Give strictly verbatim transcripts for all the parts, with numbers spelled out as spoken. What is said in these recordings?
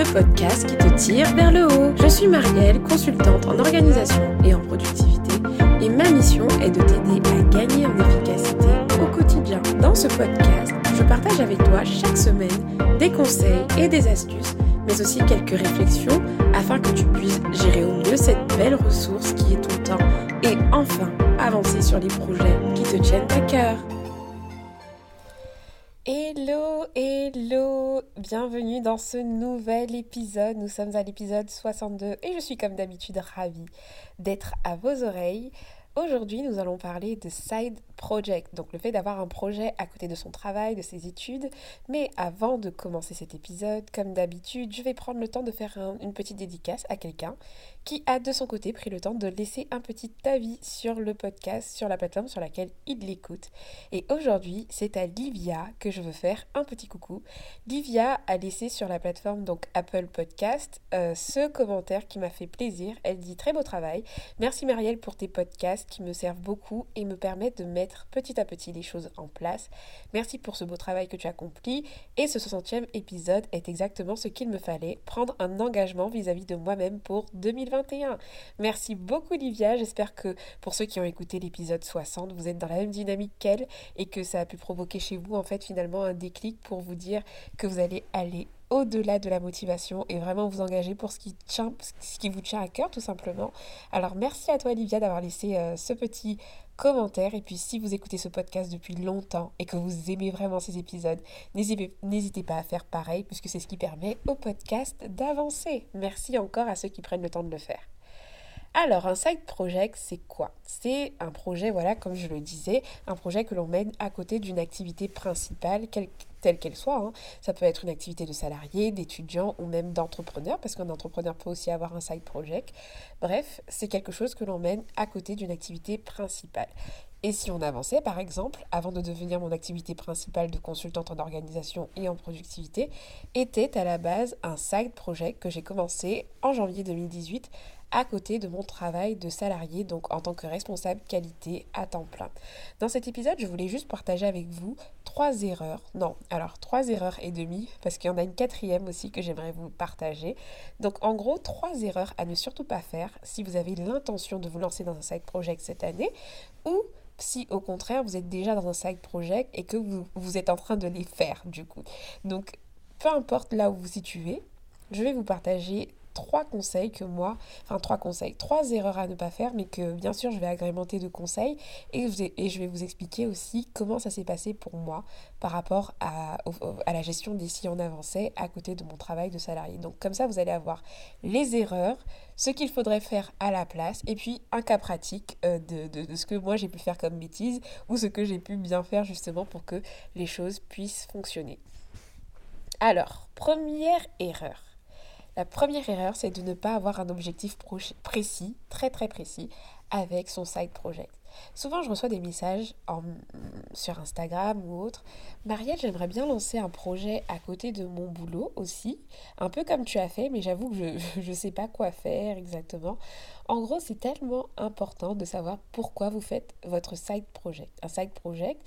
podcast qui te tire vers le haut. Je suis Marielle, consultante en organisation et en productivité, et ma mission est de t'aider à gagner en efficacité au quotidien. Dans ce podcast, je partage avec toi chaque semaine des conseils et des astuces, mais aussi quelques réflexions afin que tu puisses gérer au mieux cette belle ressource qui est ton temps et enfin avancer sur les projets qui te tiennent à cœur. Hello, hello, bienvenue dans ce nouvel épisode. Nous sommes à l'épisode soixante-deux et je suis comme d'habitude ravie d'être à vos oreilles. Aujourd'hui, nous allons parler de side project, donc le fait d'avoir un projet à côté de son travail, de ses études. Mais avant de commencer cet épisode, comme d'habitude, je vais prendre le temps de faire un, une petite dédicace à quelqu'un qui a de son côté pris le temps de laisser un petit avis sur le podcast, sur la plateforme sur laquelle il l'écoute. Et aujourd'hui, c'est à Livia que je veux faire un petit coucou. Livia a laissé sur la plateforme donc Apple Podcast euh, ce commentaire qui m'a fait plaisir. Elle dit: très beau travail. Merci Marielle pour tes podcasts qui me servent beaucoup et me permettent de mettre petit à petit les choses en place. Merci pour ce beau travail que tu accomplis et ce soixantième épisode est exactement ce qu'il me fallait, prendre un engagement vis-à-vis de moi-même pour deux mille vingt et un. Merci beaucoup Livia, j'espère que pour ceux qui ont écouté l'épisode soixante, vous êtes dans la même dynamique qu'elle et que ça a pu provoquer chez vous en fait finalement un déclic pour vous dire que vous allez aller au-delà de la motivation et vraiment vous engager pour ce qui, tient, ce qui vous tient à cœur tout simplement. Alors merci à toi Olivia d'avoir laissé euh, ce petit commentaire et puis si vous écoutez ce podcast depuis longtemps et que vous aimez vraiment ces épisodes, n'hésitez, n'hésitez pas à faire pareil puisque c'est ce qui permet au podcast d'avancer. Merci encore à ceux qui prennent le temps de le faire. Alors, un side project, c'est quoi? C'est un projet, voilà, comme je le disais, un projet que l'on mène à côté d'une activité principale, quelle, telle qu'elle soit. Hein. Ça peut être une activité de salarié, d'étudiant ou même d'entrepreneur, parce qu'un entrepreneur peut aussi avoir un side project. Bref, c'est quelque chose que l'on mène à côté d'une activité principale. Et si on avançait, par exemple, avant de devenir mon activité principale de consultante en organisation et en productivité, était à la base un side project que j'ai commencé en janvier deux mille dix-huit à côté de mon travail de salarié, donc en tant que responsable qualité à temps plein. Dans cet épisode, je voulais juste partager avec vous trois erreurs, non, alors trois erreurs et demie, parce qu'il y en a une quatrième aussi que j'aimerais vous partager. Donc en gros, trois erreurs à ne surtout pas faire si vous avez l'intention de vous lancer dans un side project cette année, ou si au contraire vous êtes déjà dans un side project et que vous, vous êtes en train de les faire du coup. Donc peu importe là où vous vous situez, je vais vous partager trois conseils que moi, enfin trois conseils, trois erreurs à ne pas faire, mais que bien sûr je vais agrémenter de conseils et, et je vais vous expliquer aussi comment ça s'est passé pour moi par rapport à, à la gestion des si on avançait à côté de mon travail de salarié. Donc comme ça vous allez avoir les erreurs, ce qu'il faudrait faire à la place et puis un cas pratique euh, de, de, de ce que moi j'ai pu faire comme bêtise ou ce que j'ai pu bien faire justement pour que les choses puissent fonctionner. Alors, première erreur. La première erreur, c'est de ne pas avoir un objectif précis, très très précis, avec son side project. Souvent, je reçois des messages en, sur Instagram ou autre. Marielle, j'aimerais bien lancer un projet à côté de mon boulot aussi, un peu comme tu as fait, mais j'avoue que je ne sais pas quoi faire exactement. En gros, c'est tellement important de savoir pourquoi vous faites votre side project. Un side project,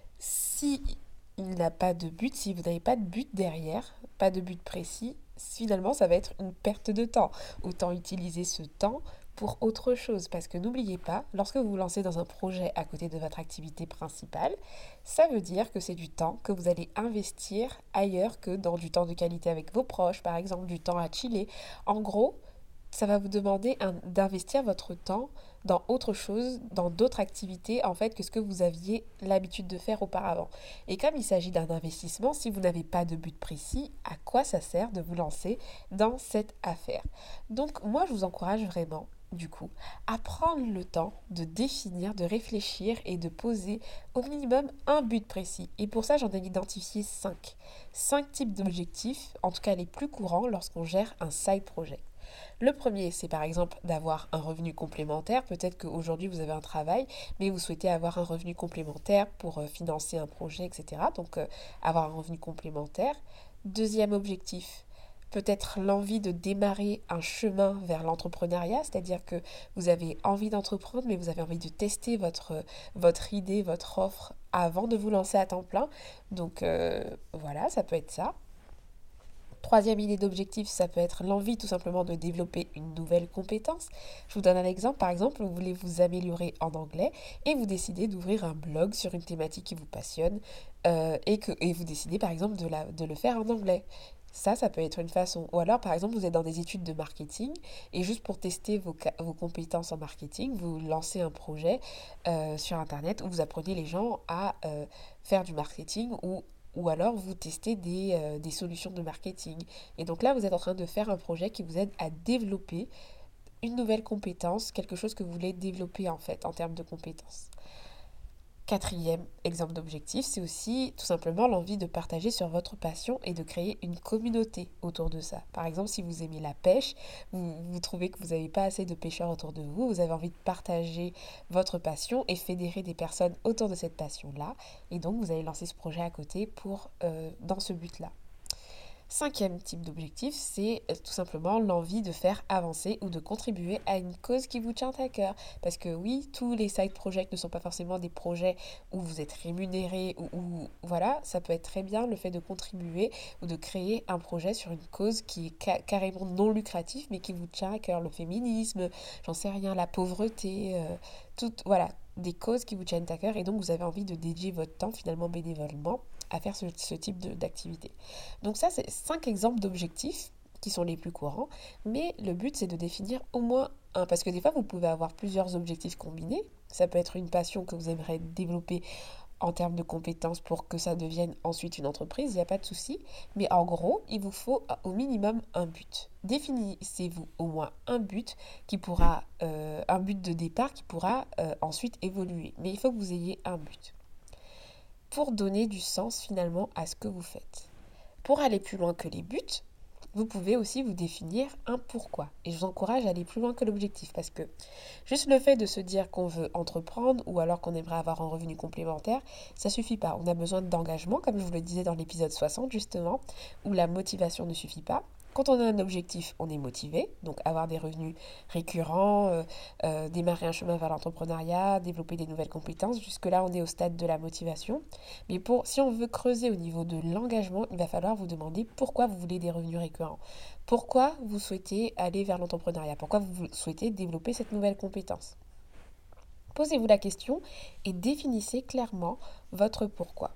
si il n'a pas de but, si vous n'avez pas de but derrière, pas de but précis, finalement, ça va être une perte de temps. Autant utiliser ce temps pour autre chose. Parce que n'oubliez pas, lorsque vous vous lancez dans un projet à côté de votre activité principale, ça veut dire que c'est du temps que vous allez investir ailleurs que dans du temps de qualité avec vos proches, par exemple, du temps à chiller. En gros, ça va vous demander un, d'investir votre temps dans autre chose, dans d'autres activités en fait que ce que vous aviez l'habitude de faire auparavant. Et comme il s'agit d'un investissement, si vous n'avez pas de but précis, à quoi ça sert de vous lancer dans cette affaire? Donc moi je vous encourage vraiment du coup à prendre le temps de définir, de réfléchir et de poser au minimum un but précis. Et pour ça j'en ai identifié cinq. Cinq types d'objectifs, en tout cas les plus courants lorsqu'on gère un side project. Le premier, c'est par exemple d'avoir un revenu complémentaire. Peut-être qu'aujourd'hui, vous avez un travail, mais vous souhaitez avoir un revenu complémentaire pour euh, financer un projet, et cetera. Donc, euh, avoir un revenu complémentaire. Deuxième objectif, peut-être l'envie de démarrer un chemin vers l'entrepreneuriat, c'est-à-dire que vous avez envie d'entreprendre, mais vous avez envie de tester votre, votre idée, votre offre avant de vous lancer à temps plein. Donc, euh, voilà, ça peut être ça. Troisième idée d'objectif, ça peut être l'envie tout simplement de développer une nouvelle compétence. Je vous donne un exemple. Par exemple, vous voulez vous améliorer en anglais et vous décidez d'ouvrir un blog sur une thématique qui vous passionne euh, et, que, et vous décidez par exemple de, la, de le faire en anglais. Ça, ça peut être une façon. Ou alors, par exemple, vous êtes dans des études de marketing et juste pour tester vos, vos compétences en marketing, vous lancez un projet euh, sur Internet où vous apprenez les gens à euh, faire du marketing ou ou alors vous testez des, euh, des solutions de marketing. Et donc là, vous êtes en train de faire un projet qui vous aide à développer une nouvelle compétence, quelque chose que vous voulez développer en fait en termes de compétences. Quatrième exemple d'objectif, c'est aussi tout simplement l'envie de partager sur votre passion et de créer une communauté autour de ça. Par exemple, si vous aimez la pêche, vous, vous trouvez que vous n'avez pas assez de pêcheurs autour de vous, vous avez envie de partager votre passion et fédérer des personnes autour de cette passion-là. Et donc, vous allez lancer ce projet à côté pour, euh, dans ce but-là. Cinquième type d'objectif, c'est tout simplement l'envie de faire avancer ou de contribuer à une cause qui vous tient à cœur. Parce que oui, tous les side projects ne sont pas forcément des projets où vous êtes rémunéré ou, ou voilà, ça peut être très bien le fait de contribuer ou de créer un projet sur une cause qui est ca- carrément non lucratif mais qui vous tient à cœur. Le féminisme, j'en sais rien, la pauvreté, euh, tout, voilà, des causes qui vous tiennent à cœur et donc vous avez envie de dédier votre temps finalement bénévolement à faire ce, ce type de- d'activité. Donc ça, c'est cinq exemples d'objectifs qui sont les plus courants, mais le but, c'est de définir au moins un, parce que des fois, vous pouvez avoir plusieurs objectifs combinés. Ça peut être une passion que vous aimeriez développer en termes de compétences pour que ça devienne ensuite une entreprise, il n'y a pas de souci. Mais en gros, il vous faut au minimum un but. Définissez-vous au moins un but qui pourra, euh, un but de départ qui pourra euh, ensuite évoluer. Mais il faut que vous ayez un but pour donner du sens finalement à ce que vous faites. Pour aller plus loin que les buts, vous pouvez aussi vous définir un pourquoi. Et je vous encourage à aller plus loin que l'objectif parce que juste le fait de se dire qu'on veut entreprendre ou alors qu'on aimerait avoir un revenu complémentaire, ça suffit pas. On a besoin d'engagement, comme je vous le disais dans l'épisode soixante justement, où la motivation ne suffit pas. Quand on a un objectif, on est motivé, donc avoir des revenus récurrents, euh, euh, démarrer un chemin vers l'entrepreneuriat, développer des nouvelles compétences. Jusque-là, on est au stade de la motivation. Mais pour, si on veut creuser au niveau de l'engagement, il va falloir vous demander pourquoi vous voulez des revenus récurrents. Pourquoi vous souhaitez aller vers l'entrepreneuriat? Pourquoi vous souhaitez développer cette nouvelle compétence? Posez-vous la question et définissez clairement votre pourquoi.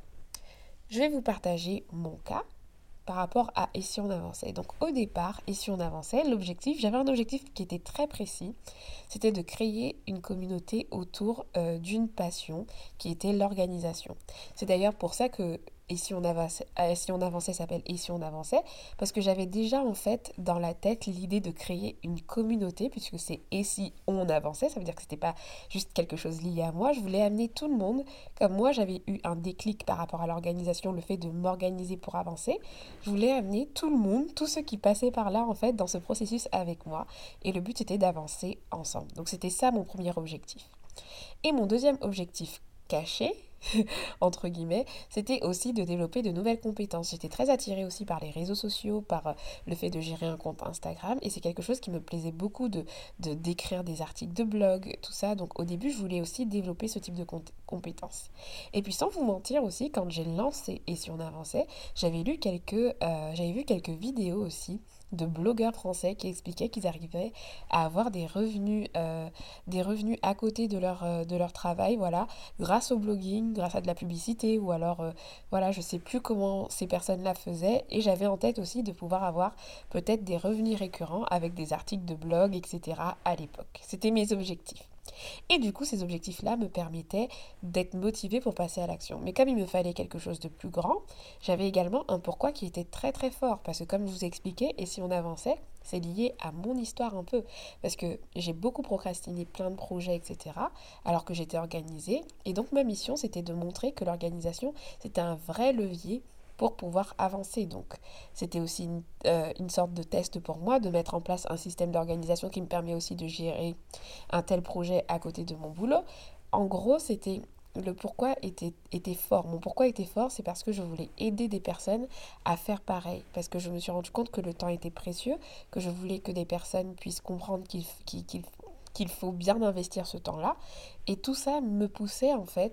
Je vais vous partager mon cas par rapport à et si on avançait. Donc au départ, et si on avançait, l'objectif, j'avais un objectif qui était très précis, c'était de créer une communauté autour euh, d'une passion qui était l'organisation. C'est d'ailleurs pour ça que et si on avançait, et si on avançait s'appelle et si on avançait, parce que j'avais déjà en fait dans la tête l'idée de créer une communauté, puisque c'est et si on avançait, ça veut dire que c'était pas juste quelque chose lié à moi, je voulais amener tout le monde, comme moi j'avais eu un déclic par rapport à l'organisation, le fait de m'organiser pour avancer, je voulais amener tout le monde, tous ceux qui passaient par là en fait dans ce processus avec moi, et le but était d'avancer ensemble. Donc c'était ça mon premier objectif. Et mon deuxième objectif caché, entre guillemets, c'était aussi de développer de nouvelles compétences. J'étais très attirée aussi par les réseaux sociaux, par euh, le fait de gérer un compte Instagram, et c'est quelque chose qui me plaisait beaucoup de, de d'écrire des articles de blog, tout ça. Donc au début, je voulais aussi développer ce type de compétences. Et puis sans vous mentir aussi, quand j'ai lancé et si on avançait, j'avais lu quelques, euh, j'avais vu quelques vidéos aussi de blogueurs français qui expliquaient qu'ils arrivaient à avoir des revenus, euh, des revenus à côté de leur, euh, de leur travail, voilà, grâce au blogging, grâce à de la publicité, ou alors, euh, voilà, je sais plus comment ces personnes-là faisaient, et j'avais en tête aussi de pouvoir avoir peut-être des revenus récurrents avec des articles de blog, et cetera à l'époque. C'était mes objectifs. Et du coup, ces objectifs-là me permettaient d'être motivée pour passer à l'action. Mais comme il me fallait quelque chose de plus grand, j'avais également un pourquoi qui était très très fort. Parce que comme je vous ai expliqué, et si on avançait, c'est lié à mon histoire un peu. Parce que j'ai beaucoup procrastiné plein de projets, et cetera. Alors que j'étais organisée. Et donc ma mission, c'était de montrer que l'organisation, c'était un vrai levier pour pouvoir avancer. Donc, c'était aussi une, euh, une sorte de test pour moi de mettre en place un système d'organisation qui me permet aussi de gérer un tel projet à côté de mon boulot. En gros, c'était le pourquoi était, était fort. Mon pourquoi était fort, c'est parce que je voulais aider des personnes à faire pareil. Parce que je me suis rendu compte que le temps était précieux, que je voulais que des personnes puissent comprendre qu'il, qu'il, qu'il, qu'il faut bien investir ce temps-là. Et tout ça me poussait en fait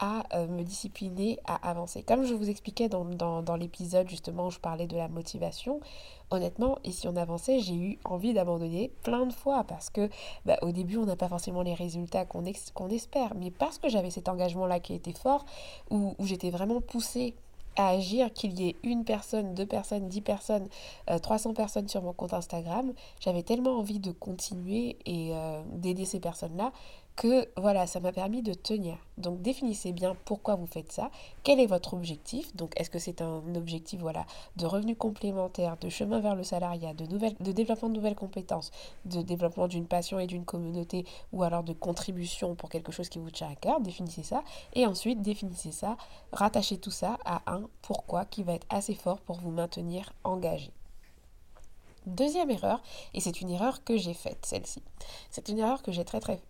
à euh, me discipliner, à avancer. Comme je vous expliquais dans, dans, dans l'épisode justement où je parlais de la motivation, honnêtement, et si on avançait, j'ai eu envie d'abandonner plein de fois parce que bah, au début, on n'a pas forcément les résultats qu'on ex- qu'on espère, mais parce que j'avais cet engagement-là qui était fort, où, où j'étais vraiment poussée à agir, qu'il y ait une personne, deux personnes, dix personnes, euh, trois cents personnes sur mon compte Instagram, j'avais tellement envie de continuer et euh, d'aider ces personnes-là que voilà, ça m'a permis de tenir. Donc définissez bien pourquoi vous faites ça, quel est votre objectif. Donc est-ce que c'est un objectif voilà, de revenus complémentaires, de chemin vers le salariat, de, nouvelles, de développement de nouvelles compétences, de développement d'une passion et d'une communauté ou alors de contribution pour quelque chose qui vous tient à cœur, définissez ça. Et ensuite définissez ça, rattachez tout ça à un pourquoi qui va être assez fort pour vous maintenir engagé. Deuxième erreur, et c'est une erreur que j'ai faite, celle-ci. C'est une erreur que j'ai très très...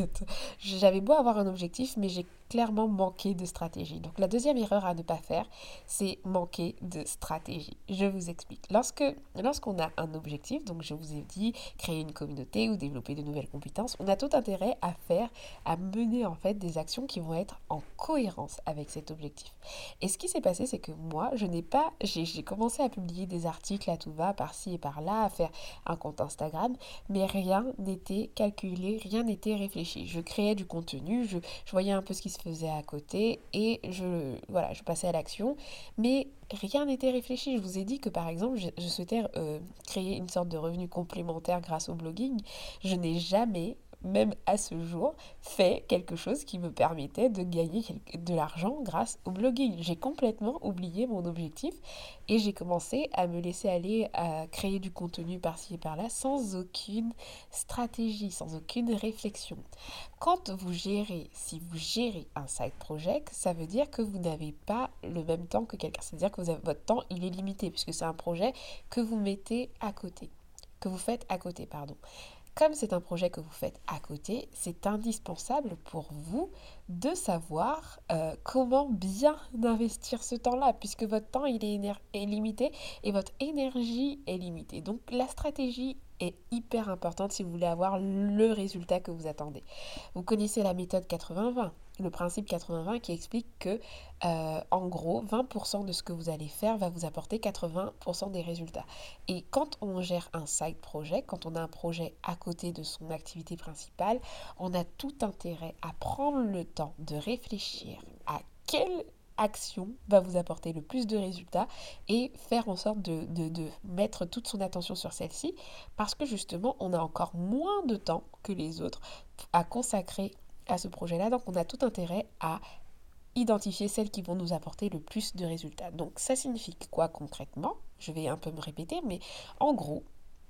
J'avais beau avoir un objectif, mais j'ai clairement manqué de stratégie. Donc la deuxième erreur à ne pas faire, c'est manquer de stratégie. Je vous explique. Lorsque, lorsqu'on a un objectif, donc je vous ai dit, créer une communauté ou développer de nouvelles compétences, on a tout intérêt à faire, à mener en fait des actions qui vont être en cohérence avec cet objectif. Et ce qui s'est passé, c'est que moi, je n'ai pas... J'ai, j'ai commencé à publier des articles à tout va, par-ci et par-là, à faire un compte Instagram, mais rien n'était calculé, rien n'était réfléchi. Je créais du contenu, je, je voyais un peu ce qui se faisait à côté et je, voilà, je passais à l'action, mais rien n'était réfléchi. Je vous ai dit que par exemple, je, je souhaitais euh, créer une sorte de revenu complémentaire grâce au blogging. Je n'ai jamais même à ce jour, fait quelque chose qui me permettait de gagner de l'argent grâce au blogging. J'ai complètement oublié mon objectif et j'ai commencé à me laisser aller à créer du contenu par-ci et par-là sans aucune stratégie, sans aucune réflexion. Quand vous gérez, si vous gérez un side project, ça veut dire que vous n'avez pas le même temps que quelqu'un. C'est-à-dire que vous avez, votre temps, il est limité puisque c'est un projet que vous mettez à côté, que vous faites à côté, pardon. Comme c'est un projet que vous faites à côté, c'est indispensable pour vous de savoir euh, comment bien investir ce temps-là, puisque votre temps il est, éner- est limité et votre énergie est limitée. Donc la stratégie est hyper importante si vous voulez avoir le résultat que vous attendez. Vous connaissez la méthode quatre-vingts vingt, le principe quatre-vingts vingt qui explique que, euh, en gros, vingt pour cent de ce que vous allez faire va vous apporter quatre-vingts pour cent des résultats. Et quand on gère un side project, quand on a un projet à côté de son activité principale, on a tout intérêt à prendre le temps de réfléchir à quelle action va vous apporter le plus de résultats et faire en sorte de, de, de mettre toute son attention sur celle-ci parce que justement on a encore moins de temps que les autres à consacrer à ce projet-là. Donc on a tout intérêt à identifier celles qui vont nous apporter le plus de résultats. Donc ça signifie quoi concrètement? Je vais un peu me répéter, mais en gros,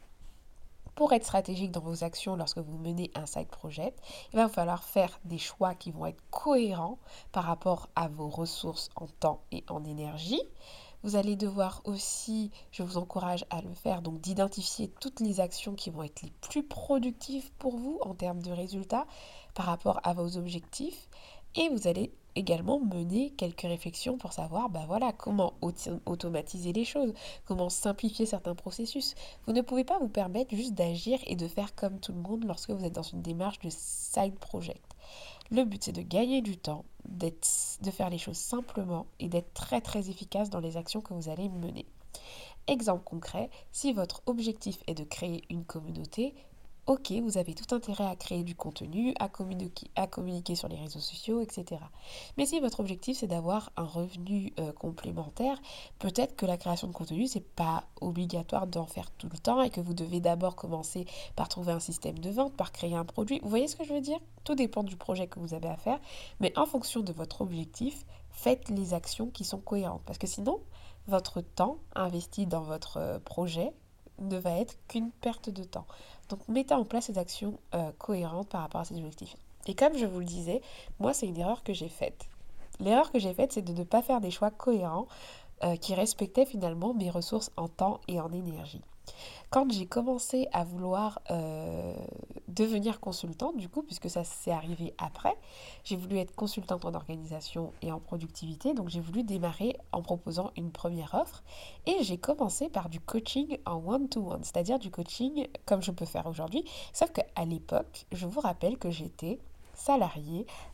pour être stratégique dans vos actions lorsque vous menez un side project, il va falloir faire des choix qui vont être cohérents par rapport à vos ressources en temps et en énergie. Vous allez devoir aussi, je vous encourage à le faire, donc d'identifier toutes les actions qui vont être les plus productives pour vous en termes de résultats par rapport à vos objectifs. Et vous allez également mener quelques réflexions pour savoir ben voilà, comment auto- automatiser les choses, comment simplifier certains processus. Vous ne pouvez pas vous permettre juste d'agir et de faire comme tout le monde lorsque vous êtes dans une démarche de side project. Le but, c'est de gagner du temps, d'être, de faire les choses simplement et d'être très très efficace dans les actions que vous allez mener. Exemple concret, si votre objectif est de créer une communauté, ok, vous avez tout intérêt à créer du contenu, à communiquer, à communiquer sur les réseaux sociaux, et cetera. Mais si votre objectif c'est d'avoir un revenu euh, complémentaire, peut-être que la création de contenu, c'est pas obligatoire d'en faire tout le temps et que vous devez d'abord commencer par trouver un système de vente, par créer un produit. Vous voyez ce que je veux dire? Tout dépend du projet que vous avez à faire, mais en fonction de votre objectif, faites les actions qui sont cohérentes. Parce que sinon, votre temps investi dans votre projet ne va être qu'une perte de temps. Donc mettez en place des actions euh, cohérentes par rapport à ces objectifs. Et comme je vous le disais, moi c'est une erreur que j'ai faite. L'erreur que j'ai faite, c'est de ne pas faire des choix cohérents euh, qui respectaient finalement mes ressources en temps et en énergie. Quand j'ai commencé à vouloir euh, devenir consultante, du coup, puisque ça s'est arrivé après, j'ai voulu être consultante en organisation et en productivité, donc j'ai voulu démarrer en proposant une première offre et j'ai commencé par du coaching en one-to-one, c'est-à-dire du coaching comme je peux faire aujourd'hui, sauf qu'à l'époque, je vous rappelle que j'étais salariée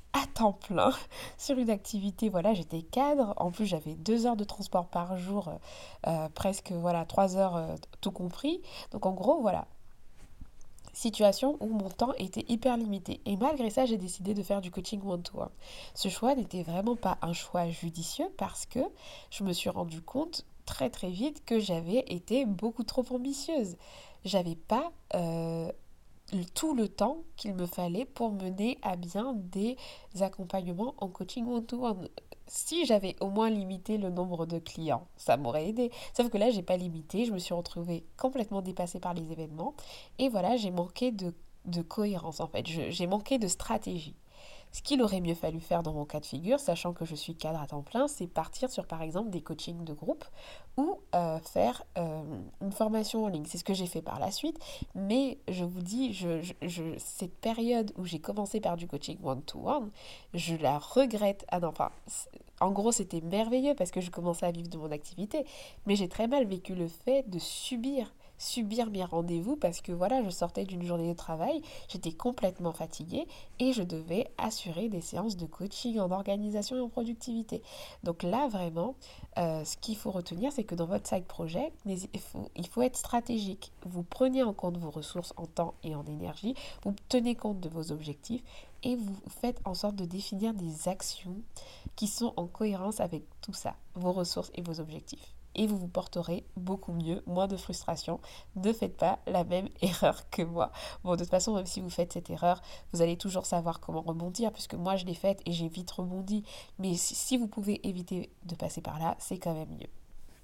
à temps plein sur une activité. Voilà, j'étais cadre. En plus, j'avais deux heures de transport par jour, euh, euh, presque, voilà, trois heures euh, tout compris. Donc, en gros, voilà, situation où mon temps était hyper limité. Et malgré ça, j'ai décidé de faire du coaching one-to-one. Ce choix n'était vraiment pas un choix judicieux parce que je me suis rendu compte très très vite que j'avais été beaucoup trop ambitieuse. J'avais pas euh, tout le temps qu'il me fallait pour mener à bien des accompagnements en coaching one-to-one. Si j'avais au moins limité le nombre de clients, ça m'aurait aidé. Sauf que là, j'ai pas limité, je me suis retrouvée complètement dépassée par les événements et voilà, j'ai manqué de, de cohérence en fait, Je- j'ai manqué de stratégie. Ce qu'il aurait mieux fallu faire dans mon cas de figure, sachant que je suis cadre à temps plein, c'est partir sur par exemple des coachings de groupe ou euh, faire euh, une formation en ligne. C'est ce que j'ai fait par la suite. Mais je vous dis, je, je, je- cette période où j'ai commencé par du coaching one-to-one, je la regrette. Ah non, enfin, en gros, c'était merveilleux parce que je commençais à vivre de mon activité. Mais j'ai très mal vécu le fait de subir subir mes rendez-vous parce que voilà, je sortais d'une journée de travail, j'étais complètement fatiguée et je devais assurer des séances de coaching en organisation et en productivité. Donc là, vraiment, euh, ce qu'il faut retenir, c'est que dans votre side project, il faut, il faut être stratégique. Vous prenez en compte vos ressources en temps et en énergie, vous tenez compte de vos objectifs et vous faites en sorte de définir des actions qui sont en cohérence avec tout ça, vos ressources et vos objectifs. Et vous vous porterez beaucoup mieux, moins de frustration. Ne faites pas la même erreur que moi. Bon, de toute façon, même si vous faites cette erreur, vous allez toujours savoir comment rebondir, puisque moi je l'ai faite et j'ai vite rebondi. Mais si, si vous pouvez éviter de passer par là, c'est quand même mieux.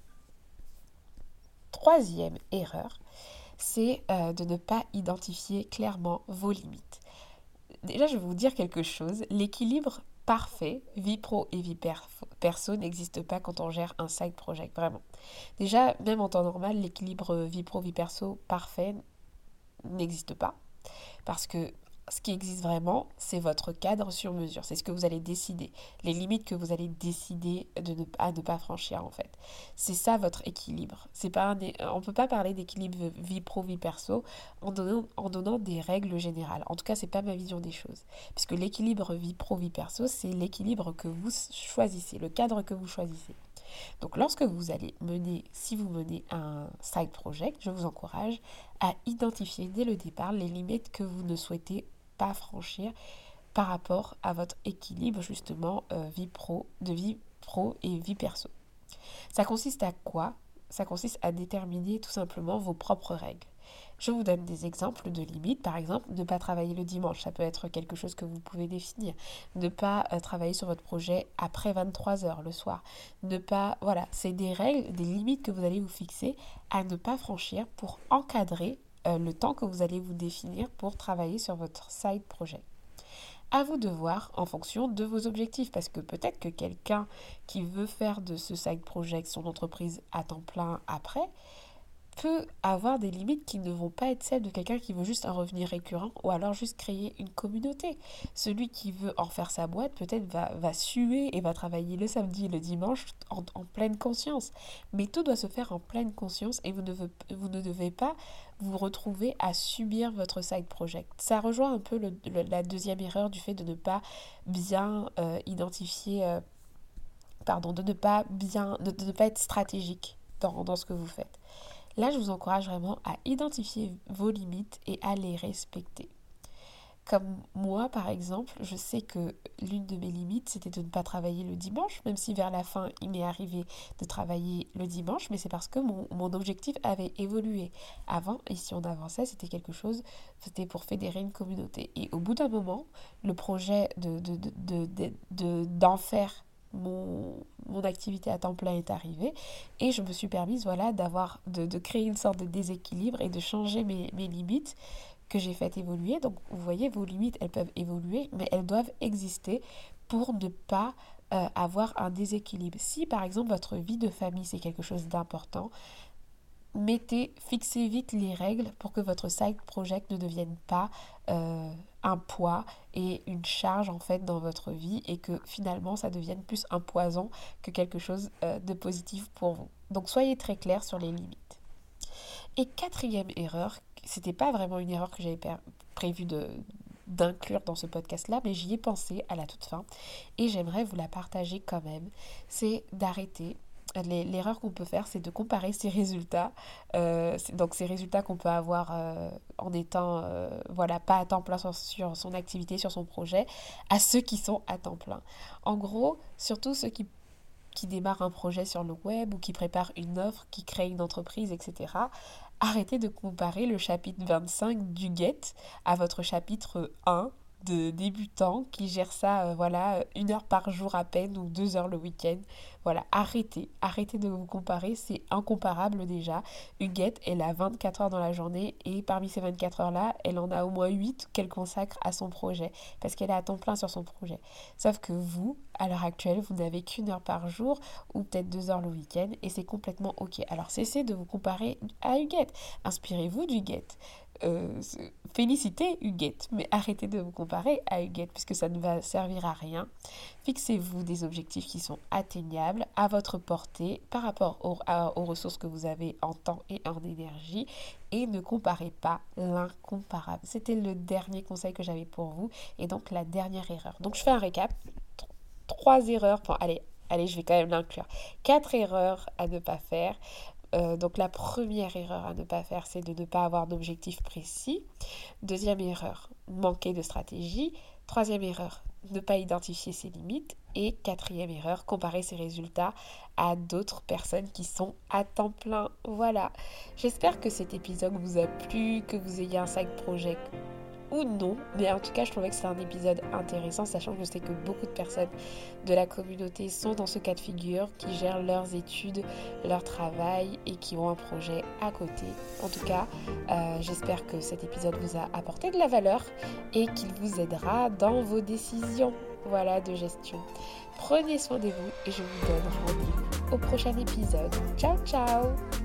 Troisième erreur, c'est euh, de ne pas identifier clairement vos limites. Déjà, je vais vous dire quelque chose. L'équilibre parfait, vie pro et vie perso, n'existe pas quand on gère un side project, vraiment. Déjà, même en temps normal, l'équilibre vie pro, vie perso parfait n'existe pas. Parce que ce qui existe vraiment, c'est votre cadre sur mesure. C'est ce que vous allez décider. Les limites que vous allez décider de ne, à ne pas franchir, en fait. C'est ça votre équilibre. C'est pas un, on ne peut pas parler d'équilibre vie pro, vie perso en donnant, en donnant des règles générales. En tout cas, c'est pas ma vision des choses. Puisque l'équilibre vie pro, vie perso, c'est l'équilibre que vous choisissez, le cadre que vous choisissez. Donc lorsque vous allez mener, si vous menez un side project, je vous encourage à identifier dès le départ les limites que vous ne souhaitez pas franchir par rapport à votre équilibre justement euh, vie pro, de vie pro et vie perso. Ça consiste à quoi? Ça consiste à déterminer tout simplement vos propres règles. Je vous donne des exemples de limites. Par exemple, ne pas travailler le dimanche. Ça peut être quelque chose que vous pouvez définir. Ne pas euh, travailler sur votre projet après vingt-trois heures le soir. Ne pas... Voilà, c'est des règles, des limites que vous allez vous fixer à ne pas franchir pour encadrer euh, le temps que vous allez vous définir pour travailler sur votre side project. À vous de voir en fonction de vos objectifs, parce que peut-être que quelqu'un qui veut faire de ce side project son entreprise à temps plein après peut avoir des limites qui ne vont pas être celles de quelqu'un qui veut juste un revenu récurrent ou alors juste créer une communauté. Celui qui veut en faire sa boîte peut-être va, va suer et va travailler le samedi et le dimanche en, en pleine conscience. Mais tout doit se faire en pleine conscience et vous ne, veux, vous ne devez pas vous retrouver à subir votre side project. Ça rejoint un peu le, le, la deuxième erreur du fait de ne pas bien euh, identifier, euh, pardon, de ne pas bien, de, de ne pas être stratégique dans, dans ce que vous faites. Là, je vous encourage vraiment à identifier vos limites et à les respecter. Comme moi, par exemple, je sais que l'une de mes limites, c'était de ne pas travailler le dimanche, même si vers la fin, il m'est arrivé de travailler le dimanche, mais c'est parce que mon, mon objectif avait évolué. Avant, et si on avançait, c'était quelque chose, c'était pour fédérer une communauté. Et au bout d'un moment, le projet de, de, de, de, de, de, d'en faire mon, mon activité à temps plein est arrivée et je me suis permise voilà, d'avoir, de, de créer une sorte de déséquilibre et de changer mes, mes limites que j'ai fait évoluer. Donc, vous voyez, vos limites, elles peuvent évoluer, mais elles doivent exister pour ne pas euh, avoir un déséquilibre. Si, par exemple, votre vie de famille, c'est quelque chose d'important, mettez, fixez vite les règles pour que votre side project ne devienne pas euh, un poids et une charge en fait dans votre vie et que finalement ça devienne plus un poison que quelque chose euh, de positif pour vous. Donc soyez très clair sur les limites. Et quatrième erreur, c'était pas vraiment une erreur que j'avais per- prévu de, d'inclure dans ce podcast-là, mais j'y ai pensé à la toute fin et j'aimerais vous la partager quand même. C'est d'arrêter. L'erreur qu'on peut faire, c'est de comparer ses résultats, euh, donc ces résultats qu'on peut avoir euh, en étant euh, voilà, pas à temps plein sur, sur son activité, sur son projet, à ceux qui sont à temps plein. En gros, surtout ceux qui qui démarrent un projet sur le web ou qui préparent une offre, qui créent une entreprise, et cetera. Arrêtez de comparer le chapitre vingt-cinq du Get à votre chapitre un de débutant qui gère ça, euh, voilà, une heure par jour à peine ou deux heures le week-end. Voilà, arrêtez, arrêtez de vous comparer, c'est incomparable déjà. Huguette, elle a vingt-quatre heures dans la journée et parmi ces vingt-quatre heures-là, elle en a au moins huit qu'elle consacre à son projet parce qu'elle est à temps plein sur son projet. Sauf que vous, à l'heure actuelle, vous n'avez qu'une heure par jour ou peut-être deux heures le week-end et c'est complètement ok. Alors cessez de vous comparer à Huguette. Inspirez-vous d'Huguette. Euh, félicitez Huguette, mais arrêtez de vous comparer à Huguette puisque ça ne va servir à rien. Fixez-vous des objectifs qui sont atteignables, à votre portée, par rapport aux, à, aux ressources que vous avez en temps et en énergie, et ne comparez pas l'incomparable. C'était le dernier conseil que j'avais pour vous, et donc la dernière erreur. Donc je fais un récap. Trois erreurs, bon, allez, allez, je vais quand même l'inclure. Quatre erreurs à ne pas faire. Euh, donc la première erreur à ne pas faire, c'est de ne pas avoir d'objectif précis. Deuxième erreur, manquer de stratégie. Troisième erreur, ne pas identifier ses limites. Et quatrième erreur, comparer ses résultats à d'autres personnes qui sont à temps plein. Voilà. J'espère que cet épisode vous a plu, que vous ayez un side project ou non, mais en tout cas je trouvais que c'est un épisode intéressant, sachant que je sais que beaucoup de personnes de la communauté sont dans ce cas de figure, qui gèrent leurs études, leur travail et qui ont un projet à côté. En tout cas, euh, j'espère que cet épisode vous a apporté de la valeur et qu'il vous aidera dans vos décisions, voilà, de gestion. Prenez soin de vous et je vous donne rendez-vous au prochain épisode. Ciao ciao!